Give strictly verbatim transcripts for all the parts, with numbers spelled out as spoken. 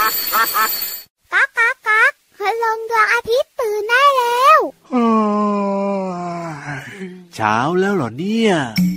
ก๊ากก๊ากก๊ากคืลงดวงอาทิตย์ตื่นได้แล้วเช้าแล้วเหรอเนี่ย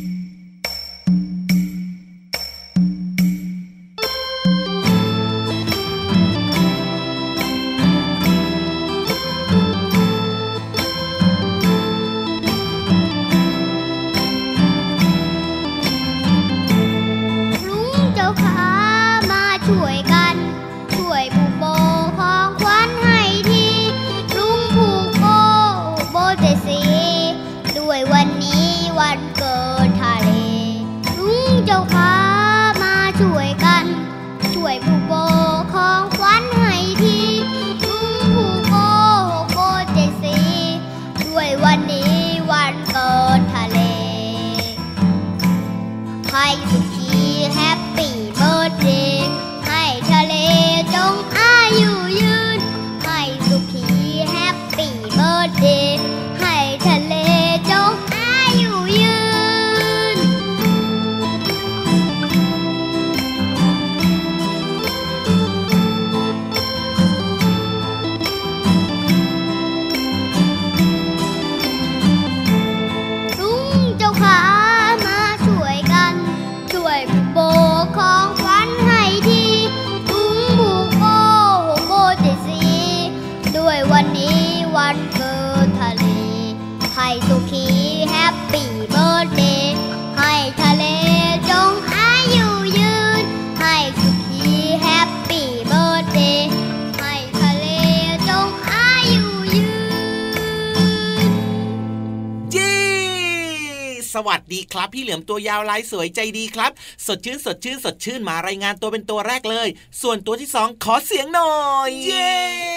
สวัสดีครับพี่เหลือมตัวยาวลายสวยใจดีครับสดชื่นสดชื่นสดชื่นมารายงานตัวเป็นตัวแรกเลยส่วนตัวที่สองขอเสียงหน่อยเย้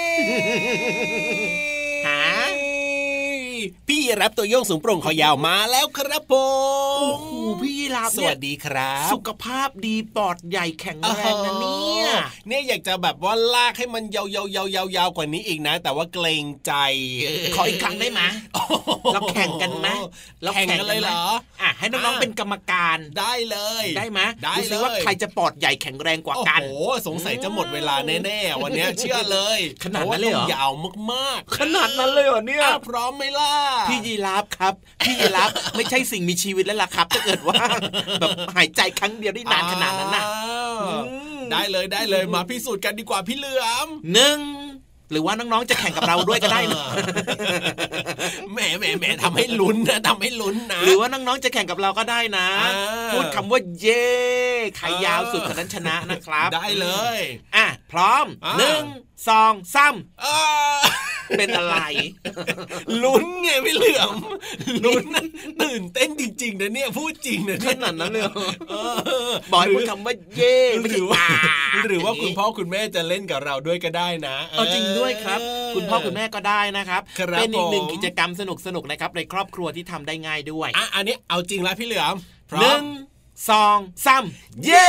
หาพี่รับตัวโยงสูงโปร่งคอยาวมาแล้วครับผมโอ้โหพี่รับสวัสดีครับสุขภาพดีปอดใหญ่แข็งแรงนะเนี่ยเนี่ยอยากจะแบบว่าลากให้มันยาวๆๆๆๆกว่านี้อีกนะแต่ว่าเกรงใจขออีกครั้งได้ไหมเราแข่งกันไหมเราแข่งกันเลยเหรออ่ะให้น้องๆเป็นกรรมการได้เลยได้ไหมดูซิว่าใครจะปอดใหญ่แข็งแรงกว่ากันโอ้โหสงสัยจะหมดเวลาแน่ๆวันนี้เชื่อเลยขนาดนั้นเลยเหรอยาวมากๆขนาดนั้นเลยเหรอเนี่ยพร้อมไหมล่ะพี่ยีราฟครับพี่ยีราฟไม่ใช่สิ่งมีชีวิตแล้วล่ะครับถ้าเกิดว่าแบบหายใจครั้งเดียวได้นานขนาดนั้นน่ะได้เลยได้เลยมาพิสูจน์กันดีกว่าพี่เหลือมหนึ่งหรือว่าน้องๆจะแข่งกับเราด้วยก็ได้นะแหมแหมแหมทำให้ลุ้นนะทำให้ลุ้นนะหรือว่าน้องๆจะแข่งกับเราก็ได้นะพูดคำว่าเย่ใครยาวสุดคนนั้นชนะนะครับได้เลยอ่ะพร้อมหนึ่งสองสามเป็นอะไรลุ้นไงพี่เหลือมลุ้นตื่นเต้นจริงๆนะเนี่ยพูดจริงนะขนาดนั้นเลยบอกให้พูดคำว่าเย่หรือว่าหรือว่าคุณพ่อคุณแม่จะเล่นกับเราด้วยก็ได้นะเอาจริงด้วยครับคุณพ่อคุณแม่ก็ได้นะครับเป็นอีกหนึ่งกิจกรรมสนุกๆนะครับในครอบครัวที่ทำได้ง่ายด้วยอ่ะอันนี้เอาจริงแล้วพี่เหลือมหนึ่งสองสามเย่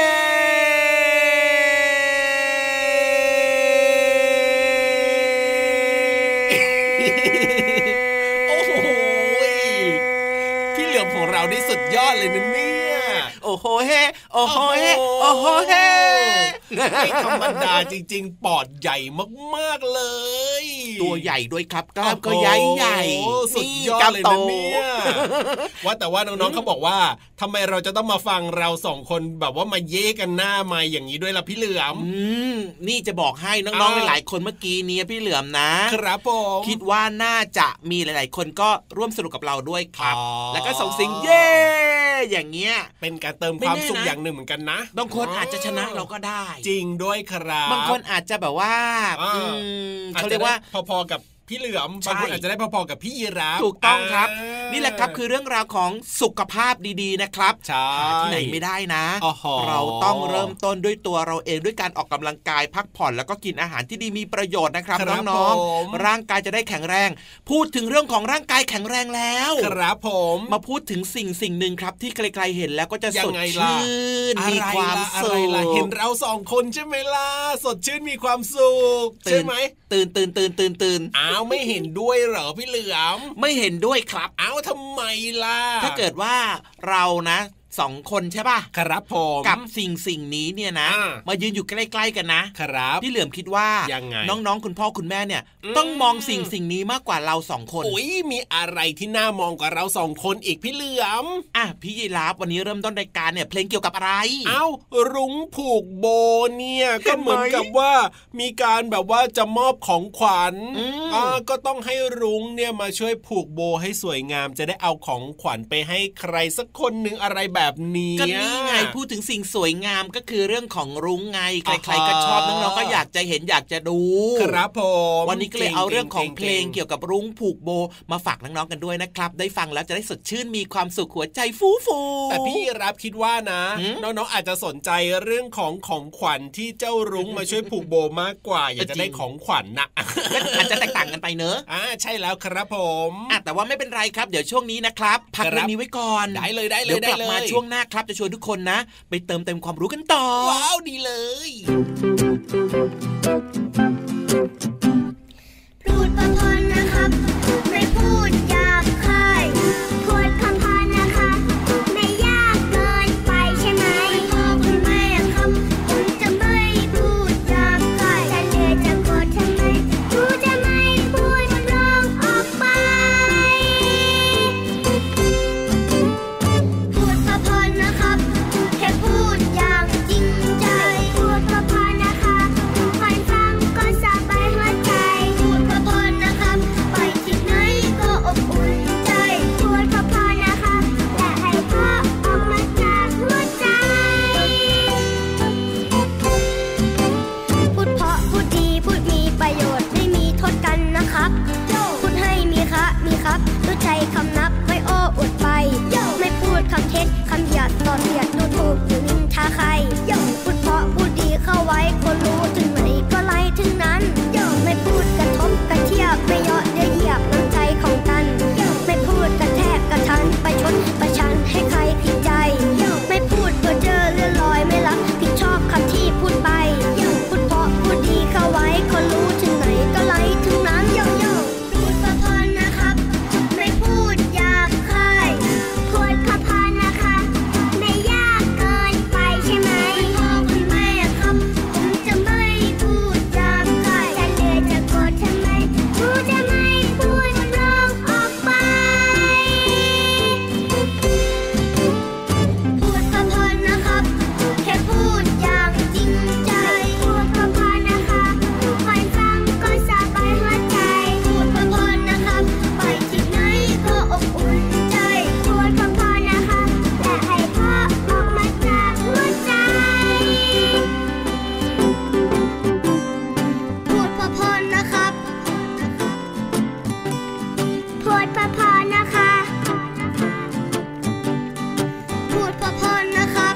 ของเราได้สุดยอดเลยนะเนี่ยโอ้โหเฮโอ้โหเฮโอ้โหเฮไม่ธรรมดาจริงๆปอดใหญ่มากๆเลยตัวใหญ่ด้วยครับกล้ามก็ใหญ่ใหญ่สุดยอดเลยนะเนี่ยว่าแต่ว่าน้องๆเขาบอกว่าทำไมเราจะต้องมาฟังเราสองคนแบบว่ามาเย่กันหน้าไมค์อย่างนี้ด้วยล่ะพี่เหลือมนี่จะบอกให้น้องๆหลายๆคนเมื่อกี้นี้พี่เหลือมนะครับผมคิดว่าน่าจะมีหลายๆคนก็ร่วมสนุกกับเราด้วยครับแล้วก็ส่งเสียงเย่อย่างเงี้ยเป็นการเติมความสุขอย่างหนึ่งเหมือนกันนะบางคนอาจจะชนะเราก็ได้จริงด้วยครับบางคนอาจจะแบบว่าเขาเรียกว่าพอๆกับพี่เหลือมบางคนอาจจะได้พอๆกับพี่ยีราฟถูกต้องครับนี่แหละครับคือเรื่องราวของสุขภาพดีๆนะครับที่ไหนไม่ได้นะเราต้องเริ่มต้นด้วยตัวเราเองด้วยการออกกำลังกายพักผ่อนแล้วก็กินอาหารที่ดีมีประโยชน์นะครับน้องๆร่างกายจะได้แข็งแรงพูดถึงเรื่องของร่างกายแข็งแรงแล้วครับผมมาพูดถึงสิ่งสิ่งหนึ่งครับที่ใครๆเห็นแล้วก็จะสดชื่นมีความสุขเห็นเราสองคนใช่ไหมล่ะสดชื่นมีความสุขใช่ไหมตื่นตื่นตื่นตื่นตื่นอ้าวไม่เห็นด้วยเหรอพี่เหลือมไม่เห็นด้วยครับอ้าวทำไมล่ะถ้าเกิดว่าเรานะสองคนใช่ป่ะครับผมกับสิ่งสิ่งนี้เนี่ยนะมายืนอยู่ใกล้ๆกันนะครับพี่เหลือมคิดว่าน้องๆคุณพ่อคุณแม่เนี่ยต้องมองสิ่งสิ่งนี้มากกว่าเราสองคนอุ๊ยมีอะไรที่น่ามองกว่าเราสองคนอีกพี่เหลือมอ่ะพี่ยีราฟวันนี้เริ่มต้นรายการเนี่ยเพลงเกี่ยวกับอะไรเอ้ารุ้งผูกโบเนี่ยก็เหมือนกับว่ามีการแบบว่าจะมอบของขวัญอ่าก็ต้องให้รุ้งเนี่ยมาช่วยผูกโบให้สวยงามจะได้เอาของขวัญไปให้ใครสักคนนึงอะไรแบบนี้ก็นี่ไงพูดถึงสิ่งสวยงามก็คือเรื่องของรุ้งไงใครๆก็ชอบน้องๆก็อยากจะเห็นอยากจะดูครับผมวันนี้ก็เลยเอาเรื่องของเพลงเกี่ยวกับรุ้งผูกโบมาฝากน้องๆกันด้วยนะครับได้ฟังแล้วจะได้สดชื่นมีความสุขหัวใจฟูฟูแต่พี่รับคิดว่านะน้องๆอาจจะสนใจเรื่องของของขวัญที่เจ้ารุ้งมาช่วยผูกโบมากกว่าอยากจะได้ของขวัญนะอาจจะแตกต่างกันไปเนอะอ่าใช่แล้วครับผมอ่ะแต่ว่าไม่เป็นไรครับเดี๋ยวช่วงนี้นะครับพักเรื่องนี้ไว้ก่อนได้เลยได้เลยเดี๋ยวกลับมาช่วงหน้าครับจะชวนทุกคนนะไปเติมเต็มความรู้กันต่อว้าวดีเลยพูดพอๆนะครับไม่พูดหยาบคายพูดพอๆนะคะไม่ยากเกินไปใช่ไหมพ่อคุณแม่ครับผมจะไม่พูดหยาบคายจะเหนื่อยจะโกรธทำไมกูจะไม่พูดร้องออกไปพูดพอๆนะครับแค่พูดอย่างจริงใจพูดพอๆนะคะคนฟังก็สบายหัวใจพูดพอๆนะครับไปที่ไหนก็อบอุ่นใจพูดพอๆนะคะแต่ให้พ่อออกมาจากหัวใจพูดเพราะพูดดีพูดมีประโยชน์ไม่มีโทษกันนะครับพูดให้มีคะมีครับรู้ใจคำนับไม่โอ้อวดไปไม่พูดคำเท็จคำหยาดต่อเสียดดูถูกหรือนินทาใครพูดเพราะพูดดีเข้าไว้คนรู้ถึงไหนก็ไล่ถึงนั้นไม่พูดกระทบกระเทียบไม่เยาะเย้ยเหยียบน้ำใจของกันไม่พูดกระแทกกระทันไปชนประชันให้ใครผิดใจไม่พูดเพ้อเจ้อเลื่อนลอยไม่รับผิดชอบคำที่พูดไปพูดเพราะพูดดีเข้าไว้คนรู้ถึงไหนก็ไล่ถึงนั้นพูดพอๆนะครับไม่พูดหยาบคายพูดพอๆนะคะไม่ยากเกินไปใช่ไหมพ่อคุณแม่ครับผมจะไม่พูดหยาบคายจะเหนื่อยจะโกรธทำไมกูจะไม่พูดร้องออกไปพูดพอๆนะครับแค่พูดอย่างจริงใจพูดพอๆนะคะคนฟังก็สบายหัวใจพูดพอๆนะครับไปที่ไหนก็อบอุ่นใจพูดพอๆนะคะแต่ให้พ่อออกมาจากหัวใจพูดพอๆนะครับพูดพอๆนะคะพูดพอๆนะครับ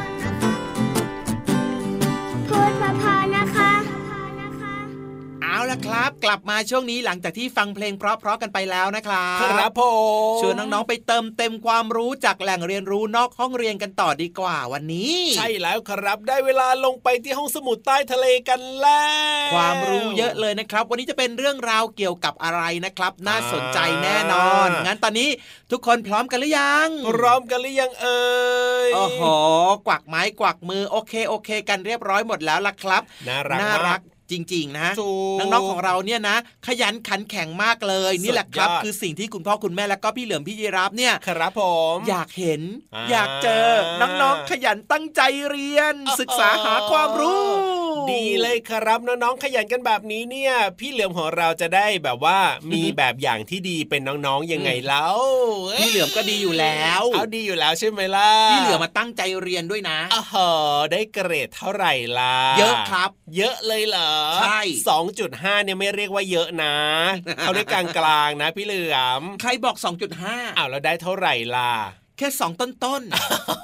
พูดพอๆนะคะเอาล่ะครับกลับมาช่วงนี้หลังจากที่ฟังเพลงเพราะๆกันไปแล้วนะครับครับผมชวนน้องๆไปเติมเต็มความรู้จากแหล่งเรียนรู้นอกห้องเรียนกันต่อดีกว่าวันนี้ใช่แล้วครับได้เวลาลงไปที่ห้องสมุดใต้ทะเลกันแล้วความรู้เยอะเลยนะครับวันนี้จะเป็นเรื่องราวเกี่ยวกับอะไรนะครับน่าสนใจแน่นอนงั้นตอนนี้ทุกคนพร้อมกันหรือยังพร้อมกันหรือยังเอ่ยโอ้โหกวักไม้กวักมือโอเคโอเคกันเรียบร้อยหมดแล้วล่ะครับน่ารักน่ารักจริงๆนะน้องๆของเราเนี่ยนะขยันขันแข็งมากเลยนี่แหละครับคือสิ่งที่คุณพ่อคุณแม่แล้วก็พี่เหลือมพี่ยีราฟเนี่ยครับผมอยากเห็นอยากเจอน้องๆขยันตั้งใจเรียนศึกษาหาความรู้ดีเลยครับน้องๆขยันกันแบบนี้เนี่ยพี่เหลือมของเราจะได้แบบว่ามีแบบอย่างที่ดีเป็นน้องๆยังไงเล่าพี่เหลือมก็ดีอยู่แล้วเอาดีอยู่แล้วใช่ไหมล่ะพี่เหลือมมาตั้งใจเรียนด้วยนะอ๋อได้เกรดเท่าไหร่ล่ะเยอะครับเยอะเลยเหรอใช่สองจุดห้า เนี่ยไม่เรียกว่าเยอะนะเอาได้กลางๆนะพี่เหลือมใครบอก สองจุดห้าอ้าวแล้วได้เท่าไหร่ล่ะแค่สองต้น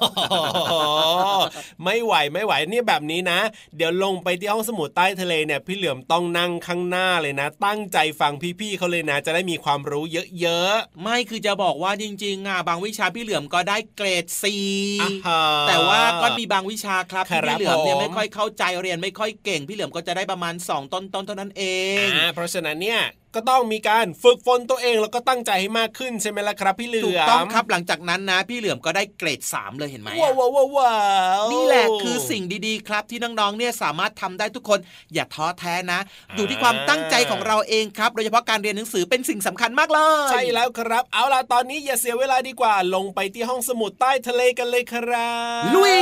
ๆ ไม่ไหวไม่ไหวนี่แบบนี้นะเดี๋ยวลงไปที่ห้องสมุดใต้ทะเลเนี่ยพี่เหลือมต้องนั่งข้างหน้าเลยนะตั้งใจฟังพี่ๆเขาเลยนะจะได้มีความรู้เยอะๆไม่คือจะบอกว่าจริงๆอ่ะบางวิชาพี่เหลือมก็ได้เกรด ซี แต่ว่าก็มีบางวิชาครับที่พี่เหลือมเนี่ยไม่ค่อยเข้าใจเรียนไม่ค่อยเก่งพี่เหลือมก็จะได้ประมาณสองต้นๆเท่านั้นเองอ่าเพราะฉะนั้นเนี่ยก็ต้องมีการฝึกฝนตัวเองแล้วก็ตั้งใจให้มากขึ้นใช่ไหมล่ะครับพี่เหลือมถูกต้องครับหลังจากนั้นนะพี่เหลือมก็ได้เกรดสามเลยเห็นไหมว้าวว้าวว้าวนี่แหละคือสิ่งดีๆครับที่น้องๆเนี่ยสามารถทำได้ทุกคนอย่าท้อแท้นะอยู่ที่ความตั้งใจของเราเองครับโดยเฉพาะการเรียนหนังสือเป็นสิ่งสำคัญมากเลยใช่แล้วครับเอาล่ะตอนนี้อย่าเสียเวลาดีกว่าลงไปที่ห้องสมุดใต้ทะเลกันเลยครับลุย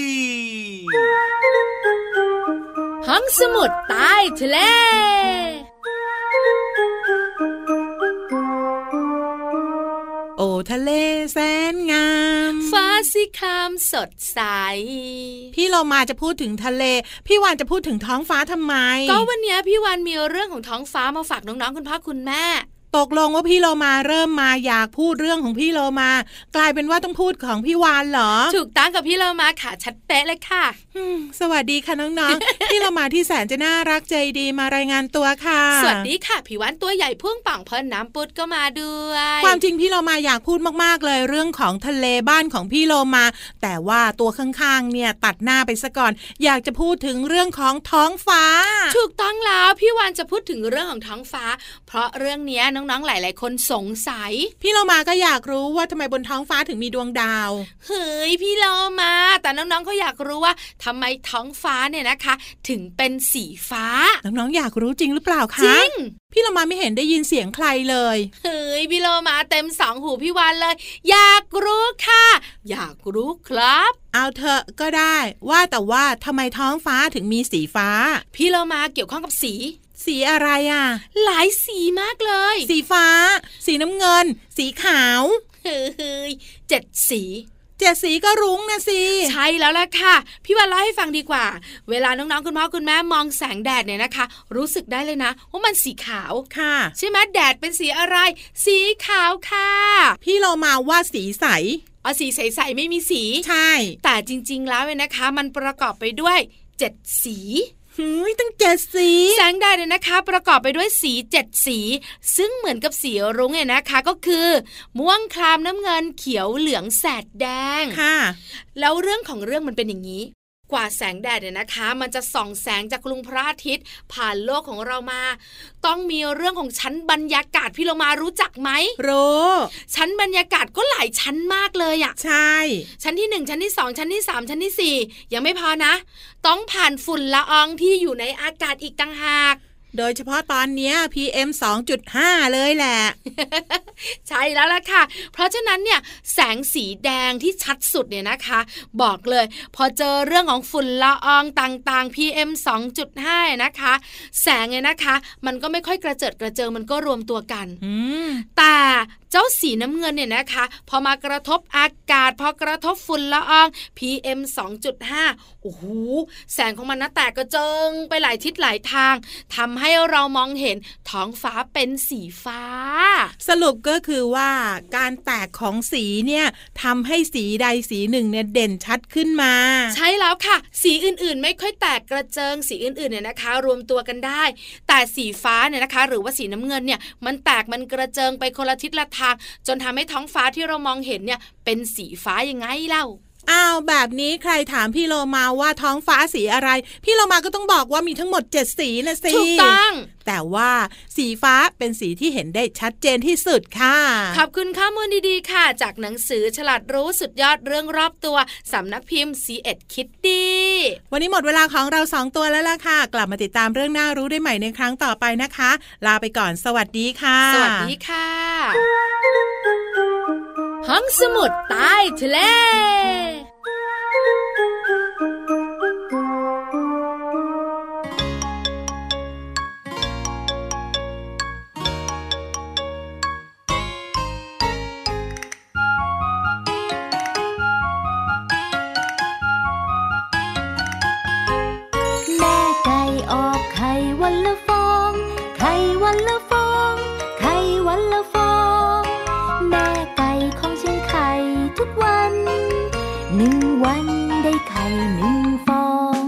ห้องสมุดใต้ทะเลโอ้ทะเลแสนงามฟ้าสีครามสดใสพี่เรามาจะพูดถึงทะเลพี่วานจะพูดถึงท้องฟ้าทำไมก็วันนี้พี่วานมีเรื่องของท้องฟ้ามาฝากน้องๆคุณพ่อคุณแม่ตกลงว่าพี่โลมาเริ่มมาอยากพูดเรื่องของพี่โลมากลายเป็นว่าต้องพูดของพี่วานเหรอถูกต้องกับพี่โลมาค่ะชัดเป๊ะเลยค่ะสวัสดีค่ะน้องๆ พี่โลมาที่แสนจะน่ารักใจดีมารายงานตัวค่ะสวัสดีค่ะพี่วานตัวใหญ่พุ่งป่องพอน้ำปุดก็มาด้วยความจริงพี่โลมาอยากพูดมากๆเลยเรื่องของทะเลบ้านของพี่โลมาแต่ว่าตัวข้างๆเนี่ยตัดหน้าไปซะก่อนอยากจะพูดถึงเรื่องของท้องฟ้าถูกต้องแล้วพี่วานจะพูดถึงเรื่องของท้องฟ้าเพราะเรื่องนี้น้องๆหลายๆคนสงสัยพี่โลมาก็อยากรู้ว่าทำไมบนท้องฟ้าถึงมีดวงดาวเฮ้ยพี่โลมาแต่น้องๆก็อยากรู้ว่าทำไมท้องฟ้าเนี่ยนะคะถึงเป็นสีฟ้าน้องๆอยากรู้จริงหรือเปล่าคะจริงพี่โลมาไม่เห็นได้ยินเสียงใครเลยเฮ้ยพี่โลมาเต็มสองหูพี่วานเลยอยากรู้ค่ะอยากรู้ครับเอาเถอะก็ได้ว่าแต่ว่าทำไมท้องฟ้าถึงมีสีฟ้าพี่โลมาเกี่ยวข้องกับสีสีอะไรอ่ะหลายสีมากเลยสีฟ้าสีน้ำเงินสีขาวเฮ้ยเจ็ดสีเจ็ดสีก็รุ้งนะสิใช่แล้วล่ะค่ะพี่วานเล่าให้ฟังดีกว่าเวลาน้องๆคุณพ่อคุณแม่มองแสงแดดเนี่ยนะคะรู้สึกได้เลยนะว่ามันสีขาวค่ะใช่ไหมแดดเป็นสีอะไรสีขาวค่ะพี่เรามาว่าสีใสอ๋อสีใสๆไม่มีสีใช่แต่จริงๆแล้วเนี่ยนะคะมันประกอบไปด้วยเจ็ดสีหืยตั้งเจ็ดสีแสงแดดเนี่ยนะคะประกอบไปด้วยสีเจ็ดสีซึ่งเหมือนกับสีรุ้งเนี่ยนะคะก็คือม่วงครามน้ำเงินเขียวเหลืองแสดแดงค่ะแล้วเรื่องของเรื่องมันเป็นอย่างนี้กว่าแสงแดดเนี่ยนะคะมันจะส่องแสงจากลุงพระอาทิตย์ผ่านโลกของเรามาต้องมีเรื่องของชั้นบรรยากาศพี่เรามารู้จักไหมรู้ชั้นบรรยากาศก็หลายชั้นมากเลยอ่ะใช่ชั้นที่หนึ่งชั้นที่สองชั้นที่สามชั้นที่สี่ยังไม่พอนะต้องผ่านฝุ่นละอองที่อยู่ในอากาศอีกต่างหากโดยเฉพาะตอนนี้ พี เอ็ม สองจุดห้า เลยแหละใช่แล้วล่ะค่ะเพราะฉะนั้นเนี่ยแสงสีแดงที่ชัดสุดเนี่ยนะคะบอกเลยพอเจอเรื่องของฝุ่นละอองต่างๆ พี เอ็ม สองจุดห้า นะคะแสงเนี่ยนะคะมันก็ไม่ค่อยกระเจิดกระเจิงมันก็รวมตัวกันแต่เจ้าสีน้ำเงินเนี่ยนะคะพอมากระทบอากาศพอกระทบฝุ่นละออง พี เอ็ม สองจุดห้า โอ้โหแสงของมันนะแตกกระเจิงไปหลายทิศหลายทางทำให้เรามองเห็นท้องฟ้าเป็นสีฟ้าสรุปก็คือว่าการแตกของสีเนี่ยทำให้สีใดสีหนึ่งเนี่ยเด่นชัดขึ้นมาใช่แล้วค่ะสีอื่นๆไม่ค่อยแตกกระเจิงสีอื่นๆเนี่ยนะคะรวมตัวกันได้แต่สีฟ้าเนี่ยนะคะหรือว่าสีน้ำเงินเนี่ยมันแตกมันกระเจิงไปคนละทิศละทางจนทำให้ท้องฟ้าที่เรามองเห็นเนี่ยเป็นสีฟ้ายังไงเล่าอ้าวแบบนี้ใครถามพี่โลมาว่าท้องฟ้าสีอะไรพี่โลมาก็ต้องบอกว่ามีทั้งหมดเจ็ดสีนะสิถูกต้องแต่ว่าสีฟ้าเป็นสีที่เห็นได้ชัดเจนที่สุดค่ะขอบคุณข้อมูลดีๆค่ะจากหนังสือฉลาดรู้สุดยอดเรื่องรอบตัวสำนักพิมพ์ ซี เอ็ด Kitty วันนี้หมดเวลาของเราสองตัวแล้วล่ะค่ะกลับมาติดตามเรื่องน่ารู้ได้ใหม่ในครั้งต่อไปนะคะลาไปก่อนสวัสดีค่ะสวัสดีค่ะห้องสมุดใต้ทะเลวันละฟองไข่วันละฟองไข่วันละฟองแม่ไก่ของฉันไข่ทุกวันหนึ่งวันได้ไข่หนึ่งฟอง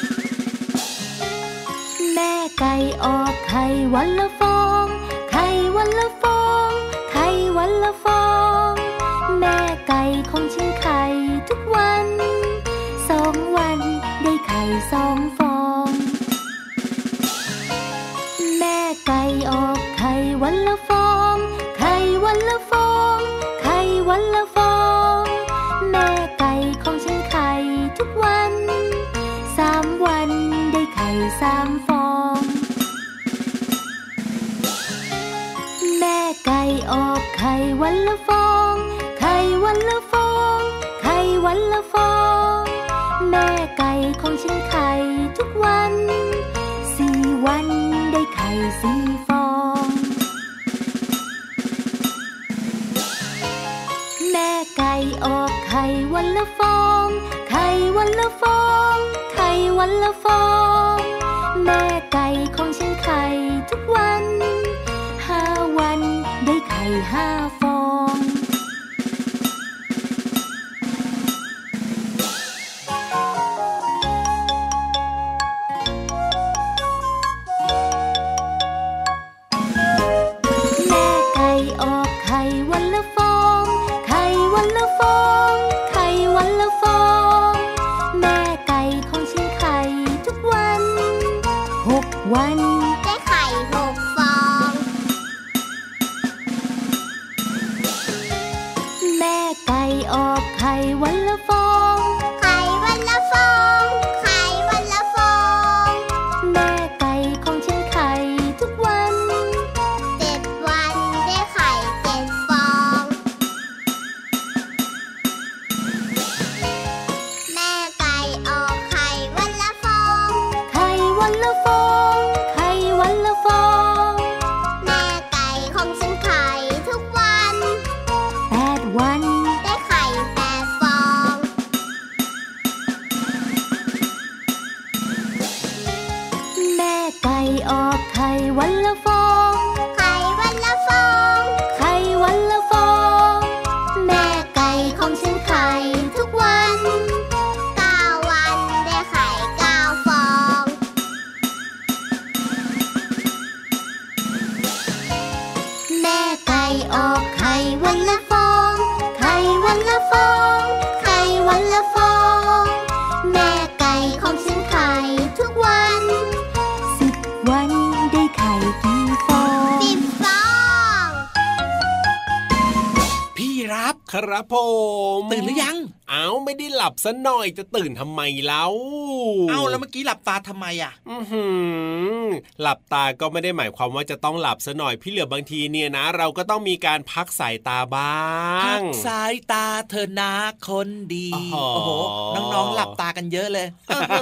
แม่ไก่ออกไข่วันละฟองไข่วันละฟองไข่วันละฟองแม่ไก่ของฉันไข่ทุกวันสองวันได้ไข่สองฟองไก่ออกไข่วันละฟองไข่วันละฟองไข่วันละฟองแม่ไก่ของฉันไข่ทุกวันสามวันได้ไข่สามฟองแม่ไก่ออกไข่วันละฟองไข่วันละฟองไข่วันละฟองแม่ไก่ของฉันไข่ทุกวันสี่วันได้ไข่สี่ฟองแม่ไก่ออกไข่วันละฟองไข่วันละฟองไข่วันละฟองแม่ไก่ของฉันไข่ทุกวันห้าวันได้ไข่ห้าฟองแม่ไก่ออกไข่วันละฟองไข่วันละฟองไข่วันละฟองแม่ไก่ของฉันไข่ทุกวันหกวันได้ไข่หกฟองแม่ไก่ออกไข่วันละฟองไข่วันละฟองไข่วันละฟองแม่ไก่ของฉันไข่ทุกวันเจ็ดวันได้ไข่เจ็ดฟองแม่ไก่ออกไข่วันละฟองไข่วันละฟองไข่วันละฟองแม่ไก่ของฉันไข่ทุกวันแปดวันได้ไข่แปดฟองแม่ไก่ออกไข่วันละฟองไข่วันละฟองไข่วันละฟองแม่ไก่ของฉันไข่ทุกวันเก้าวันได้ไข่เก้าฟองแม่ไก่ออกไข่วันละฟองไข่วันละฟองไข่วันละฟองแม่ไก่ของฉันไข่ทุกวันสิบวันได้ไข่กี่ฟองสิบฟองพี่รับครับผมตื่นหรือยังอ้าวไม่ได้หลับซะหน่อยจะตื่นทำไมเล่าเอ้าแล้วเมื่อกี้หลับตาทำไมอ่ะอือหือหลับตาก็ไม่ได้หมายความว่าจะต้องหลับซะหน่อยพี่เหลือบางทีเนี่ยนะเราก็ต้องมีการพักสายตาบ้างพักสายตาเธอนะคนดีโอ้โหน้องๆหลับตากันเยอะเลย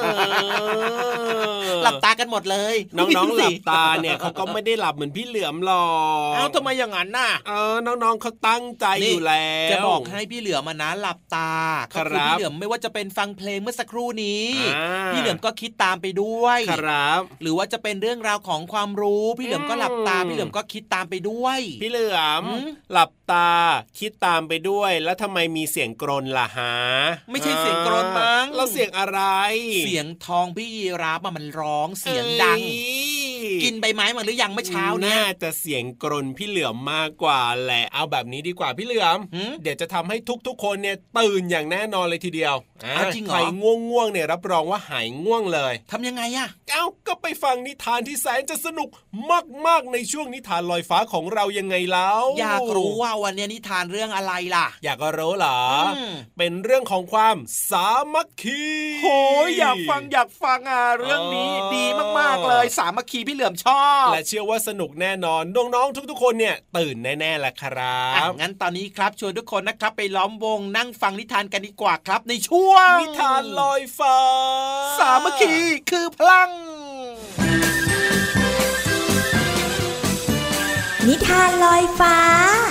หลับตากันหมดเลยน้องๆหลับตาเนี่ยเขาก็ไม่ได้หลับเหมือนพี่เหลือมหรอกเอ้าทำไมอย่างนั้นน่ะเออน้องๆเขาตั้งใจอยู่แล้วจะบอกให้พี่เหลือมนะหลับตาก็คือพี่เหลือมไม่ว่าจะเป็นฟังเพลงเมื่อสักครู่นี้พี่เหลือมก็คิดตามไปด้วยครับหรือว่าจะเป็นเรื่องราวของความรู้พี่เหลือมก็หลับตาพี่เหลือมก็คิดตามไปด้วยพี่เหลือมหลับตาคิดตามไปด้วยแล้วทำไมมีเสียงกรนล่ะฮะไม่ใช่เสียงกรนมั้งแล้วเสียงอะไรเสียงทองพี่ยีราฟมันร้องเสียงดังกินใบไม้มาหรือยังเมื่อเช้าเนี่ยน่าจะเสียงกรนพี่เหลือมมากกว่าแหละเอาแบบนี้ดีกว่าพี่เหลือมเดี๋ยวจะทำให้ทุกๆคนเนี่ยตื่นอย่างแน่นอนเลยทีเดียวจริงเหรอใครง่วงๆเนี่ยรับรองว่าหายง่วงเลยทำยังไงอะเอ้าก็ไปฟังนิทานที่แสนจะสนุกมากๆในช่วงนิทานลอยฟ้าของเรายังไงแล้วอยากรู้ว่าวันนี้นิทานเรื่องอะไรล่ะอยากรู้เหรอเป็นเรื่องของความสามัคคีโหอยากฟังอยากฟังอ่ะเรื่องนี้ดีมากๆเลยสามัคคีพี่เหลือมชอบและเชื่อว่าสนุกแน่นอนน้องๆทุกๆคนเนี่ยตื่นแน่ๆแหละครับงั้นตอนนี้ครับชวนทุกคนนะครับไปล้อมวงนั่งฟังนิทานกันดีกว่าครับในช่วงนิทานลอยฟ้าสามัคคีคือพลังนิทานลอยฟ้า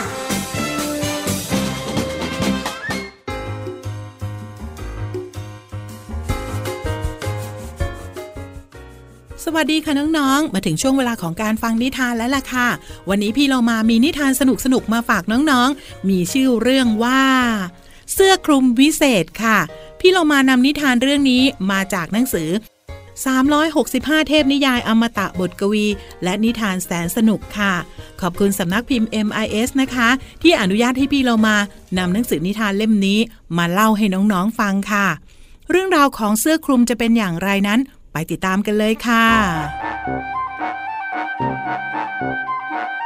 สวัสดีค่ะน้องๆมาถึงช่วงเวลาของการฟังนิทานแล้วล่ะค่ะวันนี้พี่เรามามีนิทานสนุกๆมาฝากน้องๆมีชื่อเรื่องว่าเสื้อคลุมวิเศษค่ะพี่เรามานำนิทานเรื่องนี้มาจากหนังสือสามร้อยหกสิบห้าเทพนิยายอมตะบทกวีและนิทานแสนสนุกค่ะขอบคุณสำนักพิมพ์ เอ็ม ไอ เอส นะคะที่อนุญาตให้พี่เรามานำหนังสือนิทานเล่มนี้มาเล่าให้น้องๆฟังค่ะเรื่องราวของเสื้อคลุมจะเป็นอย่างไรนั้นไปติดตามกันเลยค่ะ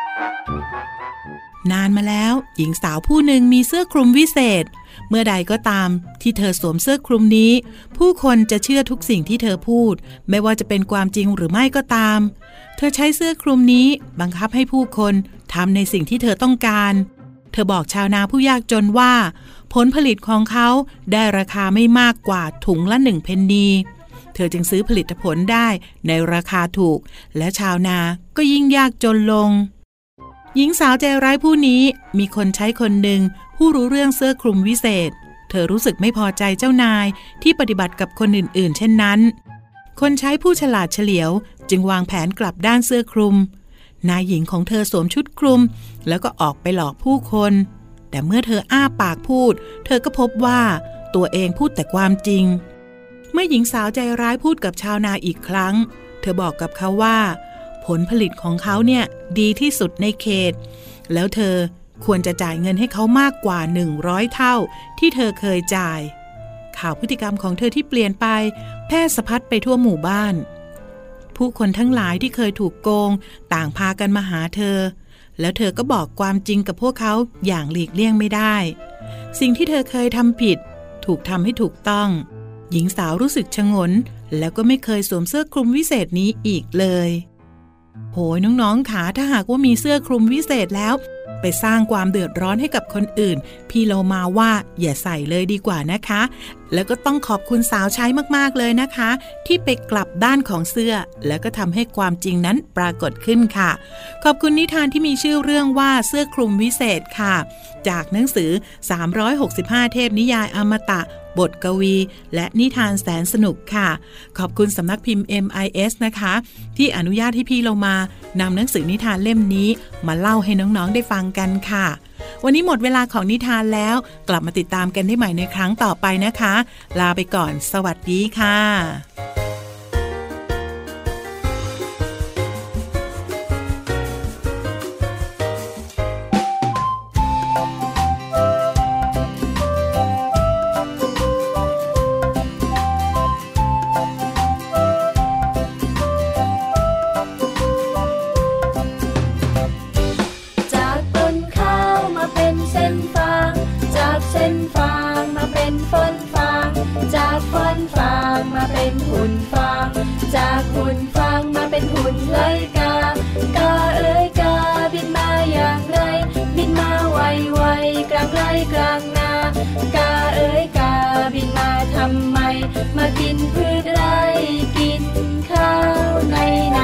นานมาแล้วหญิงสาวผู้หนึ่งมีเสื้อคลุมวิเศษเมื่อใดก็ตามที่เธอสวมเสื้อคลุมนี้ผู้คนจะเชื่อทุกสิ่งที่เธอพูดไม่ว่าจะเป็นความจริงหรือไม่ก็ตามเธอใช้เสื้อคลุมนี้บังคับให้ผู้คนทำในสิ่งที่เธอต้องการเธอบอกชาวนาผู้ยากจนว่าผลผลิตของเขาได้ราคาไม่มากกว่าถุงละหนึ่งเพนนีเธอจึงซื้อผลิตผลได้ในราคาถูกและชาวนาก็ยิ่งยากจนลงหญิงสาวใจร้ายผู้นี้มีคนใช้คนหนึ่งผู้รู้เรื่องเสื้อคลุมวิเศษเธอรู้สึกไม่พอใจเจ้านายที่ปฏิบัติกับคนอื่นๆเช่นนั้นคนใช้ผู้ฉลาดเฉลียวจึงวางแผนกลับด้านเสื้อคลุมนายหญิงของเธอสวมชุดคลุมแล้วก็ออกไปหลอกผู้คนแต่เมื่อเธออ้าปากพูดเธอก็พบว่าตัวเองพูดแต่ความจริงเมื่อหญิงสาวใจร้ายพูดกับชาวนาอีกครั้งเธอบอกกับเขาว่าผลผลิตของเขาเนี่ยดีที่สุดในเขตแล้วเธอควรจะจ่ายเงินให้เขามากกว่าหนึ่งร้อยเท่าที่เธอเคยจ่ายข่าวพฤติกรรมของเธอที่เปลี่ยนไปแพร่สะพัดไปทั่วหมู่บ้านผู้คนทั้งหลายที่เคยถูกโกงต่างพากันมาหาเธอแล้วเธอก็บอกความจริงกับพวกเขาอย่างหลีกเลี่ยงไม่ได้สิ่งที่เธอเคยทำผิดถูกทำให้ถูกต้องหญิงสาวรู้สึกชงนแล้วก็ไม่เคยสวมเสื้อคลุมวิเศษนี้อีกเลยโหยน้องๆขาถ้าหากว่ามีเสื้อคลุมวิเศษแล้วไปสร้างความเดือดร้อนให้กับคนอื่นพี่เรามาว่าอย่าใส่เลยดีกว่านะคะแล้วก็ต้องขอบคุณสาวใช้มากๆเลยนะคะที่ไปกลับด้านของเสื้อแล้วก็ทำให้ความจริงนั้นปรากฏขึ้นค่ะขอบคุณนิทานที่มีชื่อเรื่องว่าเสื้อคลุมวิเศษค่ะจากหนังสือสามร้อยหกสิบห้าเทพนิยายอมตะบทกวีและนิทานแสนสนุกค่ะขอบคุณสำนักพิมพ์ เอ็ม ไอ เอส นะคะที่อนุญาตให้พี่เรามานำหนังสือนิทานเล่มนี้มาเล่าให้น้องๆได้ฟังกันค่ะวันนี้หมดเวลาของนิทานแล้วกลับมาติดตามกันได้ใหม่ในครั้งต่อไปนะคะลาไปก่อนสวัสดีค่ะจากหุ่นฟางมาเป็นหุ่นเลยกากาเอ้ยกาบินมาอย่างไรบินมาไวไวกลางไรกลางนากาเอ้ยกาบินมาทำไมมากินพืชไรกินข้าวในนา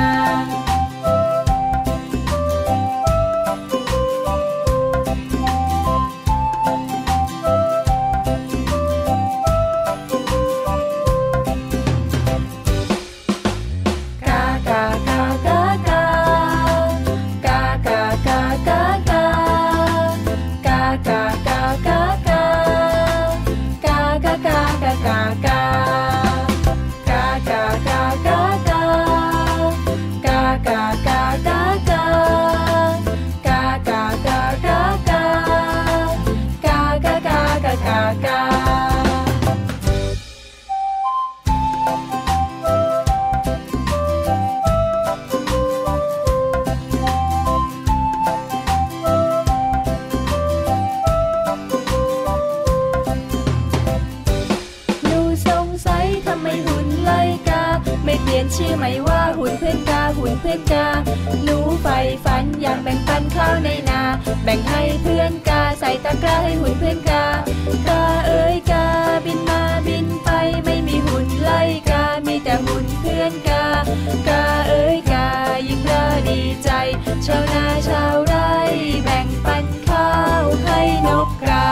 ชื่อไหมว่าหุ่นเพื่อนกาหุ่นเพื่อนกาหนูใฝ่ฝันอยากแบ่งปันข้าวในนาแบ่งให้เพื่อนกาใส่ตะกร้าให้หุ่นเพื่อนกากาเอ้ยกาบินมาบินไปไม่มีหุ่นไล่กามีแต่หุ่นเพื่อนกากาเอ้ยกายิ่งน่าดีใจชาวนาชาวไร่แบ่งปันข้าวให้นกกา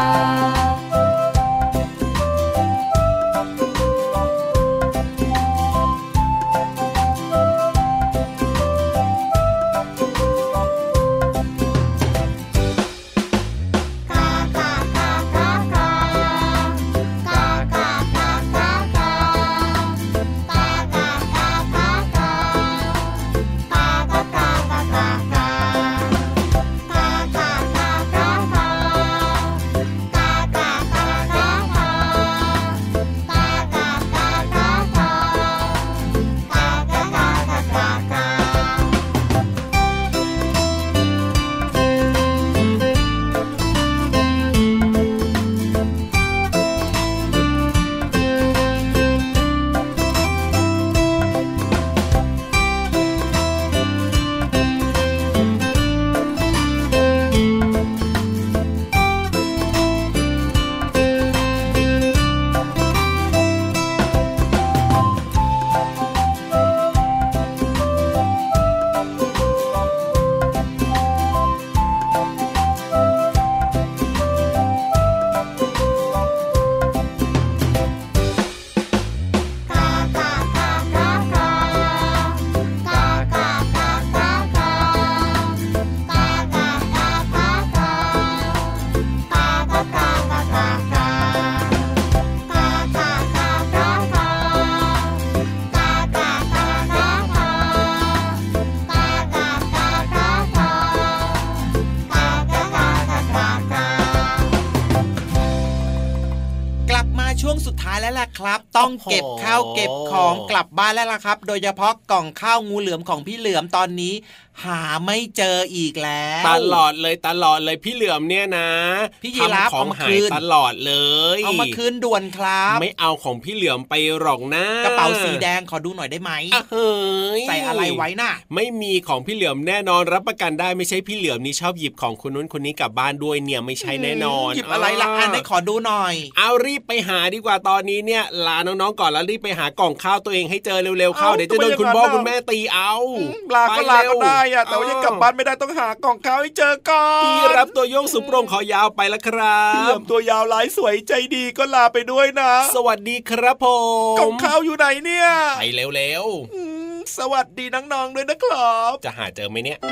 แล้วล่ะครับต้องเก็บข้าวเก็บของกลับบ้านแล้วล่ะครับโดยเฉพาะกล่องข้าวงูเหลือมของพี่เหลือมตอนนี้หาไม่เจออีกแล้วตลอดเลยตลอดเลยพี่เหลือมเนี่ยนะพี่ยีราฟของหายตลอดเลยเอามาคืนด่วนครับไม่เอาของพี่เหลือมไปหรอกนะกระเป๋าสีแดงขอดูหน่อยได้ไหมเฮ้ยใส่อะไรไว้น่ะไม่มีของพี่เหลือมแน่นอนรับประกันได้ไม่ใช่พี่เหลือมนี่ชอบหยิบของคนนู้นคนนี้กลับบ้านด้วยเนี่ยไม่ใช่แน่นอนหยิบอะไรล่ะอันไหนขอดูหน่อยเอารีบไปหาดีกว่าตอนนี้เนี่ยลาน้องๆก่อนแล้วรีบไปหากล่องข้าวตัวเองให้เจอเร็วๆเข้าเดี๋ยวจะโดนคุณพ่อคุณแม่ตีเอาลาก็ลาก็ได้อะแต่ว่ายังกลับบ้านไม่ได้ต้องหากล่องข้าวให้เจอก่อนพี่รับตัวโยงสูงโปร่งขอยาวไปแล้วครับพี่เหลือมตัวยาวลายสวยใจดีก็ลาไปด้วยนะสวัสดีครับผมกล่องข้าวอยู่ไหนเนี่ยไปเร็วๆสวัสดีน้องๆด้วยนะครับจะหาเจอไหมเนี่ย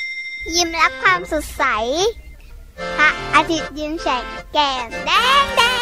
ยิ้มรับความสดใสพระอาทิตย์ยิ้มแฉกแก้มแดง